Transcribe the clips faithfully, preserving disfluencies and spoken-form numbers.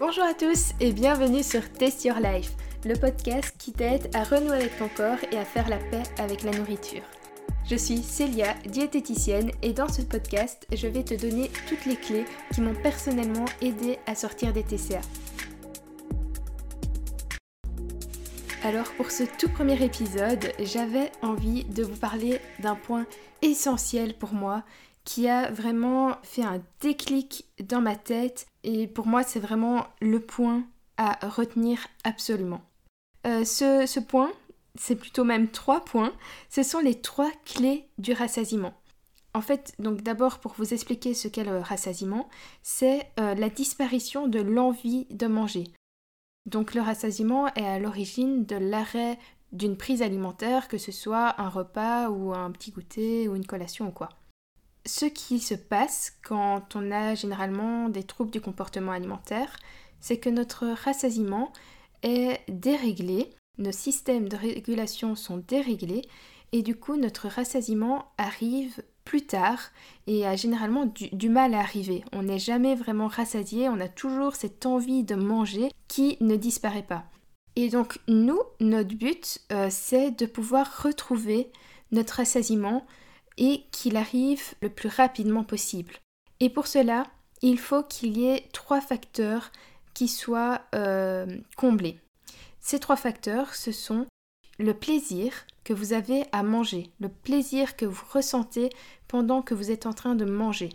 Bonjour à tous et bienvenue sur Taste Your Life, le podcast qui t'aide à renouer avec ton corps et à faire la paix avec la nourriture. Je suis Célia, diététicienne, et dans ce podcast, je vais te donner toutes les clés qui m'ont personnellement aidé à sortir des T C A. Alors pour ce tout premier épisode, j'avais envie de vous parler d'un point essentiel pour moi qui a vraiment fait un déclic dans ma tête et pour moi c'est vraiment le point à retenir absolument. Euh, ce, ce point, c'est plutôt même trois points, ce sont les trois clés du rassasiement. En fait, donc d'abord pour vous expliquer ce qu'est le rassasiement, c'est euh, la disparition de l'envie de manger. Donc le rassasiement est à l'origine de l'arrêt d'une prise alimentaire, que ce soit un repas ou un petit goûter ou une collation ou quoi. Ce qui se passe quand on a généralement des troubles du comportement alimentaire, c'est que notre rassasiement est déréglé, nos systèmes de régulation sont déréglés et du coup notre rassasiement arrive plus tard et a généralement du, du mal à arriver. On n'est jamais vraiment rassasié, on a toujours cette envie de manger qui ne disparaît pas. Et donc nous, notre but, euh, c'est de pouvoir retrouver notre rassasiement et qu'il arrive le plus rapidement possible. Et pour cela, il faut qu'il y ait trois facteurs qui soient euh, comblés. Ces trois facteurs, ce sont le plaisir que vous avez à manger, le plaisir que vous ressentez pendant que vous êtes en train de manger.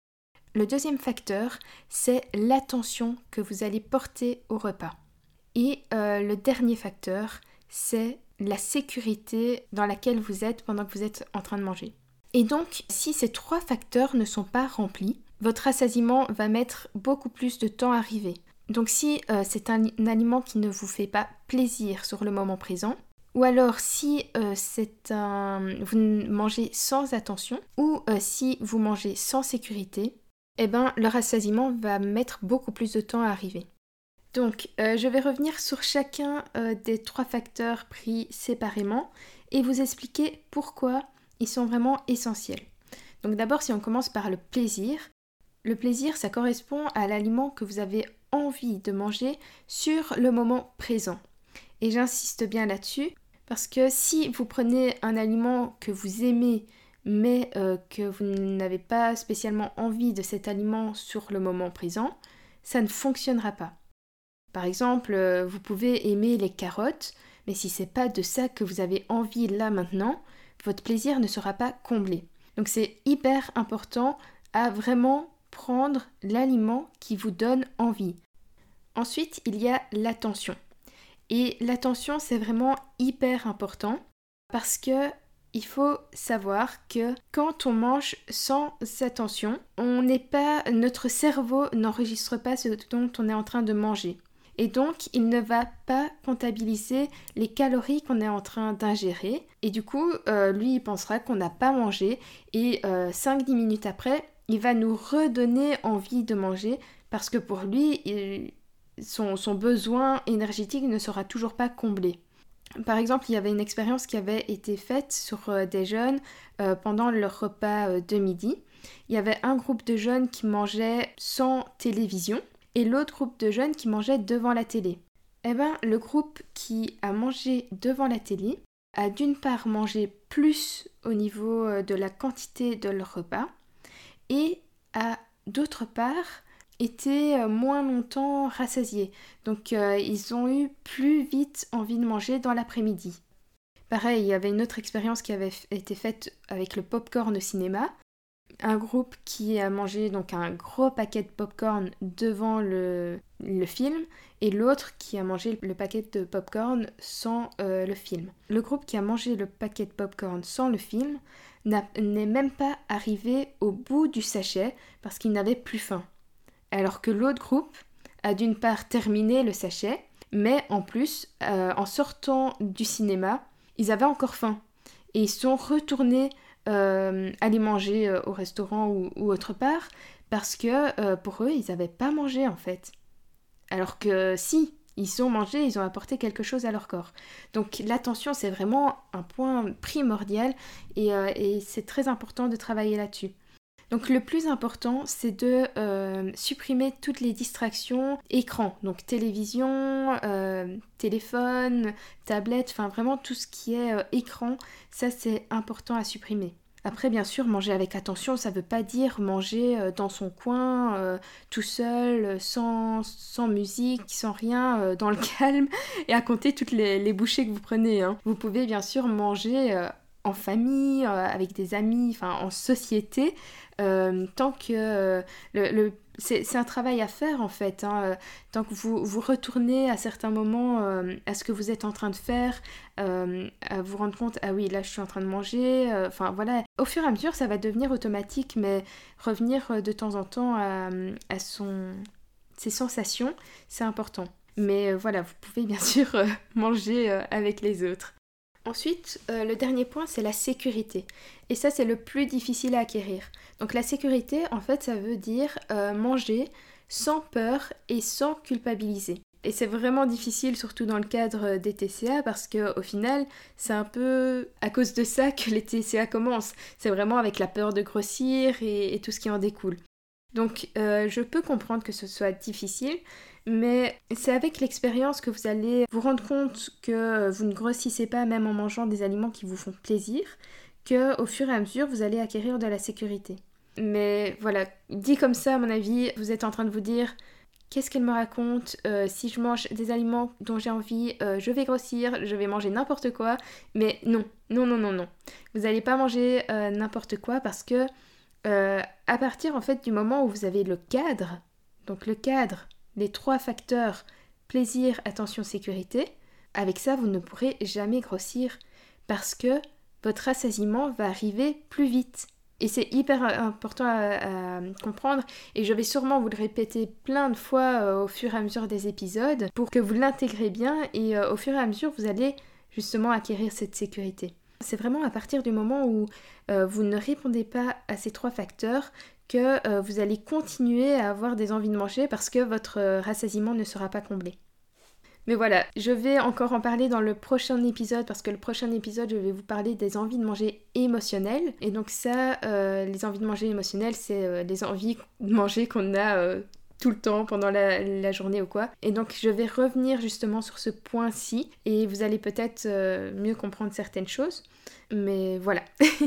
Le deuxième facteur, c'est l'attention que vous allez porter au repas. Et euh, le dernier facteur, c'est la sécurité dans laquelle vous êtes pendant que vous êtes en train de manger. Et donc, si ces trois facteurs ne sont pas remplis, votre rassasiement va mettre beaucoup plus de temps à arriver. Donc si euh, c'est un, un aliment qui ne vous fait pas plaisir sur le moment présent, ou alors si euh, c'est un, vous mangez sans attention, ou euh, si vous mangez sans sécurité, eh ben, le rassasiement va mettre beaucoup plus de temps à arriver. Donc, euh, je vais revenir sur chacun euh, des trois facteurs pris séparément et vous expliquer pourquoi ils sont vraiment essentiels. Donc d'abord, si on commence par le plaisir, le plaisir, ça correspond à l'aliment que vous avez envie de manger sur le moment présent. Et j'insiste bien là-dessus, parce que si vous prenez un aliment que vous aimez, mais euh, que vous n'avez pas spécialement envie de cet aliment sur le moment présent, ça ne fonctionnera pas. Par exemple, euh, vous pouvez aimer les carottes, mais si c'est pas de ça que vous avez envie là maintenant, votre plaisir ne sera pas comblé. Donc c'est hyper important à vraiment prendre l'aliment qui vous donne envie. Ensuite, il y a l'attention. Et l'attention, c'est vraiment hyper important parce que il faut savoir que quand on mange sans attention, on n'est pas, notre cerveau n'enregistre pas ce dont on est en train de manger. Et donc, il ne va pas comptabiliser les calories qu'on est en train d'ingérer. Et du coup, euh, lui, il pensera qu'on n'a pas mangé. Et euh, cinq à dix minutes après, il va nous redonner envie de manger parce que pour lui, il, son, son besoin énergétique ne sera toujours pas comblé. Par exemple, il y avait une expérience qui avait été faite sur euh, des jeunes euh, pendant leur repas euh, de midi. Il y avait un groupe de jeunes qui mangeaient sans télévision et l'autre groupe de jeunes qui mangeaient devant la télé. Eh bien, le groupe qui a mangé devant la télé a d'une part mangé plus au niveau de la quantité de leur repas et a d'autre part été moins longtemps rassasiés. Donc euh, ils ont eu plus vite envie de manger dans l'après-midi. Pareil, il y avait une autre expérience qui avait été faite avec le popcorn au cinéma. Un groupe qui a mangé donc un gros paquet de popcorn devant le, le film et l'autre qui a mangé le paquet de popcorn sans euh, le film. Le groupe qui a mangé le paquet de popcorn sans le film n'a, n'est même pas arrivé au bout du sachet parce qu'il n'avait plus faim. Alors que l'autre groupe a d'une part terminé le sachet, mais en plus, euh, en sortant du cinéma, ils avaient encore faim et ils sont retournés Euh, aller manger euh, au restaurant ou, ou autre part parce que euh, pour eux ils n'avaient pas mangé en fait, alors que si ils ont mangé, ils ont apporté quelque chose à leur corps. Donc l'attention, c'est vraiment un point primordial et, euh, et c'est très important de travailler là-dessus. Donc le plus important, c'est de euh, supprimer toutes les distractions écran, donc télévision, euh, téléphone, tablette, enfin vraiment tout ce qui est euh, écran, ça c'est important à supprimer. Après, bien sûr, manger avec attention, ça ne veut pas dire manger euh, dans son coin, euh, tout seul, sans, sans musique, sans rien, euh, dans le calme, et à compter toutes les, les bouchées que vous prenez. Hein. Vous pouvez bien sûr manger euh, en famille, euh, avec des amis, enfin en société, euh, tant que euh, le, le c'est, c'est un travail à faire en fait, hein, euh, tant que vous, vous retournez à certains moments euh, à ce que vous êtes en train de faire, euh, à vous rendre compte, ah oui là je suis en train de manger, euh, enfin voilà, au fur et à mesure ça va devenir automatique, mais revenir euh, de temps en temps à, à son, ses sensations, c'est important. Mais euh, voilà, vous pouvez bien sûr euh, manger euh, avec les autres. Ensuite, euh, le dernier point, c'est la sécurité. Et ça, c'est le plus difficile à acquérir. Donc la sécurité, en fait, ça veut dire euh, manger sans peur et sans culpabiliser. Et c'est vraiment difficile, surtout dans le cadre des T C A, parce qu'au final, c'est un peu à cause de ça que les T C A commencent. C'est vraiment avec la peur de grossir et, et tout ce qui en découle. Donc euh, je peux comprendre que ce soit difficile, mais c'est avec l'expérience que vous allez vous rendre compte que vous ne grossissez pas même en mangeant des aliments qui vous font plaisir, qu'au fur et à mesure vous allez acquérir de la sécurité. Mais voilà, dit comme ça à mon avis, vous êtes en train de vous dire qu'est-ce qu'elle me raconte, euh, si je mange des aliments dont j'ai envie, euh, je vais grossir, je vais manger n'importe quoi, mais non, non, non, non, non. Vous n'allez pas manger euh, n'importe quoi parce que Euh, à partir en fait du moment où vous avez le cadre, donc le cadre, les trois facteurs plaisir, attention, sécurité, avec ça vous ne pourrez jamais grossir parce que votre rassasiement va arriver plus vite. Et c'est hyper important à, à comprendre et je vais sûrement vous le répéter plein de fois euh, au fur et à mesure des épisodes pour que vous l'intégrez bien et euh, au fur et à mesure vous allez justement acquérir cette sécurité. C'est vraiment à partir du moment où euh, vous ne répondez pas à ces trois facteurs que euh, vous allez continuer à avoir des envies de manger parce que votre euh, rassasiement ne sera pas comblé. Mais voilà, je vais encore en parler dans le prochain épisode parce que le prochain épisode, je vais vous parler des envies de manger émotionnelles. Et donc ça, euh, les envies de manger émotionnelles, c'est euh, les envies de manger qu'on a euh, tout le temps pendant la, la journée ou quoi. Et donc je vais revenir justement sur ce point-ci et vous allez peut-être euh, mieux comprendre certaines choses. Mais voilà.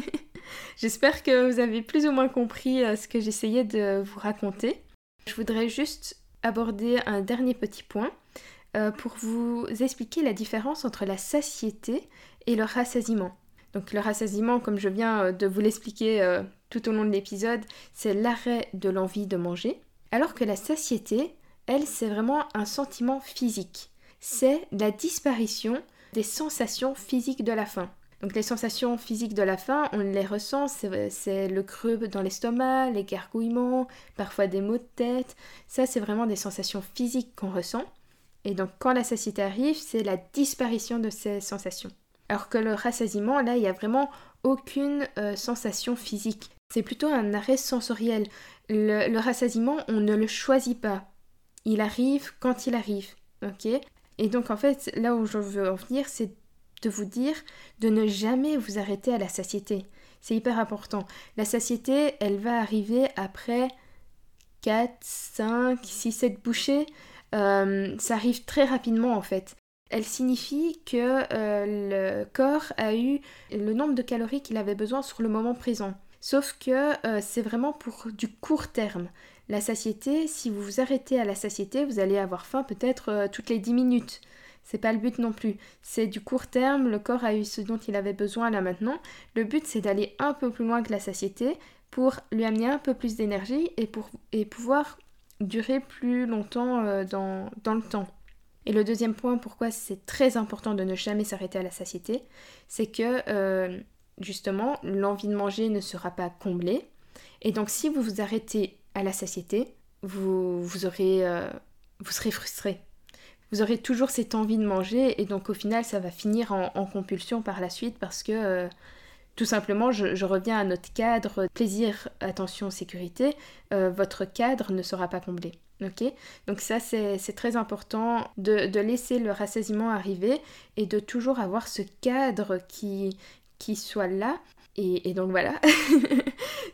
J'espère que vous avez plus ou moins compris euh, ce que j'essayais de vous raconter. Je voudrais juste aborder un dernier petit point euh, pour vous expliquer la différence entre la satiété et le rassasiement. Donc le rassasiement, comme je viens de vous l'expliquer euh, tout au long de l'épisode, c'est l'arrêt de l'envie de manger. Alors que la satiété, elle, c'est vraiment un sentiment physique. C'est la disparition des sensations physiques de la faim. Donc les sensations physiques de la faim, on les ressent, c'est, c'est le creux dans l'estomac, les gargouillements, parfois des maux de tête. Ça, c'est vraiment des sensations physiques qu'on ressent. Et donc quand la satiété arrive, c'est la disparition de ces sensations. Alors que le rassasiement, là, il n'y a vraiment aucune euh, sensation physique. C'est plutôt un arrêt sensoriel. Le, le rassasiement, on ne le choisit pas. Il arrive quand il arrive, ok ? Et donc en fait, là où je veux en venir, c'est de vous dire de ne jamais vous arrêter à la satiété. C'est hyper important. La satiété, elle va arriver après quatre, cinq, six, sept bouchées. Euh, ça arrive très rapidement en fait. Elle signifie que euh, le corps a eu le nombre de calories qu'il avait besoin sur le moment présent. Sauf que euh, c'est vraiment pour du court terme. La satiété, si vous vous arrêtez à la satiété, vous allez avoir faim peut-être euh, toutes les dix minutes. C'est pas le but non plus. C'est du court terme, le corps a eu ce dont il avait besoin là maintenant. Le but, c'est d'aller un peu plus loin que la satiété pour lui amener un peu plus d'énergie et, pour, et pouvoir durer plus longtemps euh, dans, dans le temps. Et le deuxième point, pourquoi c'est très important de ne jamais s'arrêter à la satiété, c'est que euh, justement, l'envie de manger ne sera pas comblée. Et donc, si vous vous arrêtez à la satiété, vous, vous, aurez, euh, vous serez frustré. Vous aurez toujours cette envie de manger et donc au final, ça va finir en, en compulsion par la suite parce que euh, tout simplement, je, je reviens à notre cadre plaisir, attention, sécurité. Euh, votre cadre ne sera pas comblé. Okay ? Donc ça, c'est, c'est très important de, de laisser le rassasiement arriver et de toujours avoir ce cadre qui, qui soit là. Et, et donc voilà,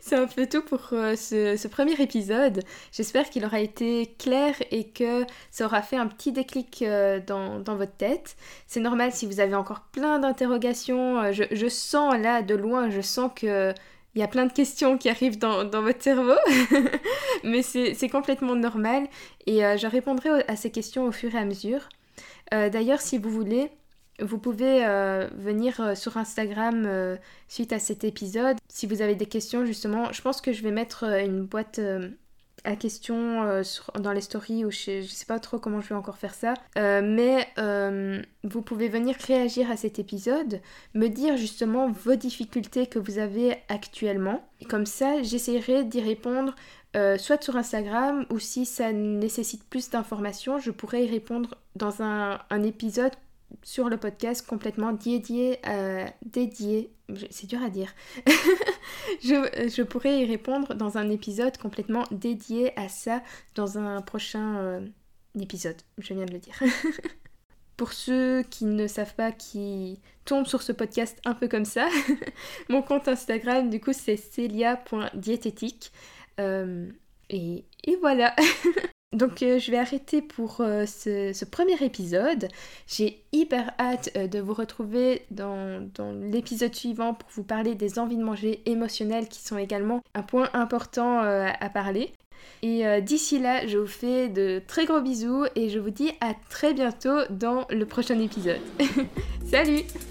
C'est un peu tout pour euh, ce, ce premier épisode. J'espère qu'il aura été clair et que ça aura fait un petit déclic euh, dans, dans votre tête. C'est normal si vous avez encore plein d'interrogations. Euh, je, je sens là, de loin, je sens que il y a plein de questions qui arrivent dans, dans votre cerveau. Mais c'est, c'est complètement normal. Et euh, je répondrai au- à ces questions au fur et à mesure. Euh, d'ailleurs, si vous voulez... Vous pouvez euh, venir euh, sur Instagram euh, suite à cet épisode. Si vous avez des questions, justement, je pense que je vais mettre euh, une boîte euh, à questions euh, sur- dans les stories ou je, je sais pas trop comment je vais encore faire ça. Euh, mais euh, vous pouvez venir réagir à cet épisode, me dire justement vos difficultés que vous avez actuellement. Et comme ça, j'essaierai d'y répondre euh, soit sur Instagram ou si ça nécessite plus d'informations, je pourrais y répondre dans un, un épisode sur le podcast complètement dédié, euh, dédié, c'est dur à dire, je, je pourrais y répondre dans un épisode complètement dédié à ça dans un prochain euh, épisode, je viens de le dire. Pour ceux qui ne savent pas, qui tombent sur ce podcast un peu comme ça, mon compte Instagram du coup c'est celia point diététique euh, et, et voilà. Donc euh, je vais arrêter pour euh, ce, ce premier épisode. J'ai hyper hâte euh, de vous retrouver dans, dans l'épisode suivant pour vous parler des envies de manger émotionnelles qui sont également un point important euh, à parler. Et euh, d'ici là, je vous fais de très gros bisous et je vous dis à très bientôt dans le prochain épisode. Salut!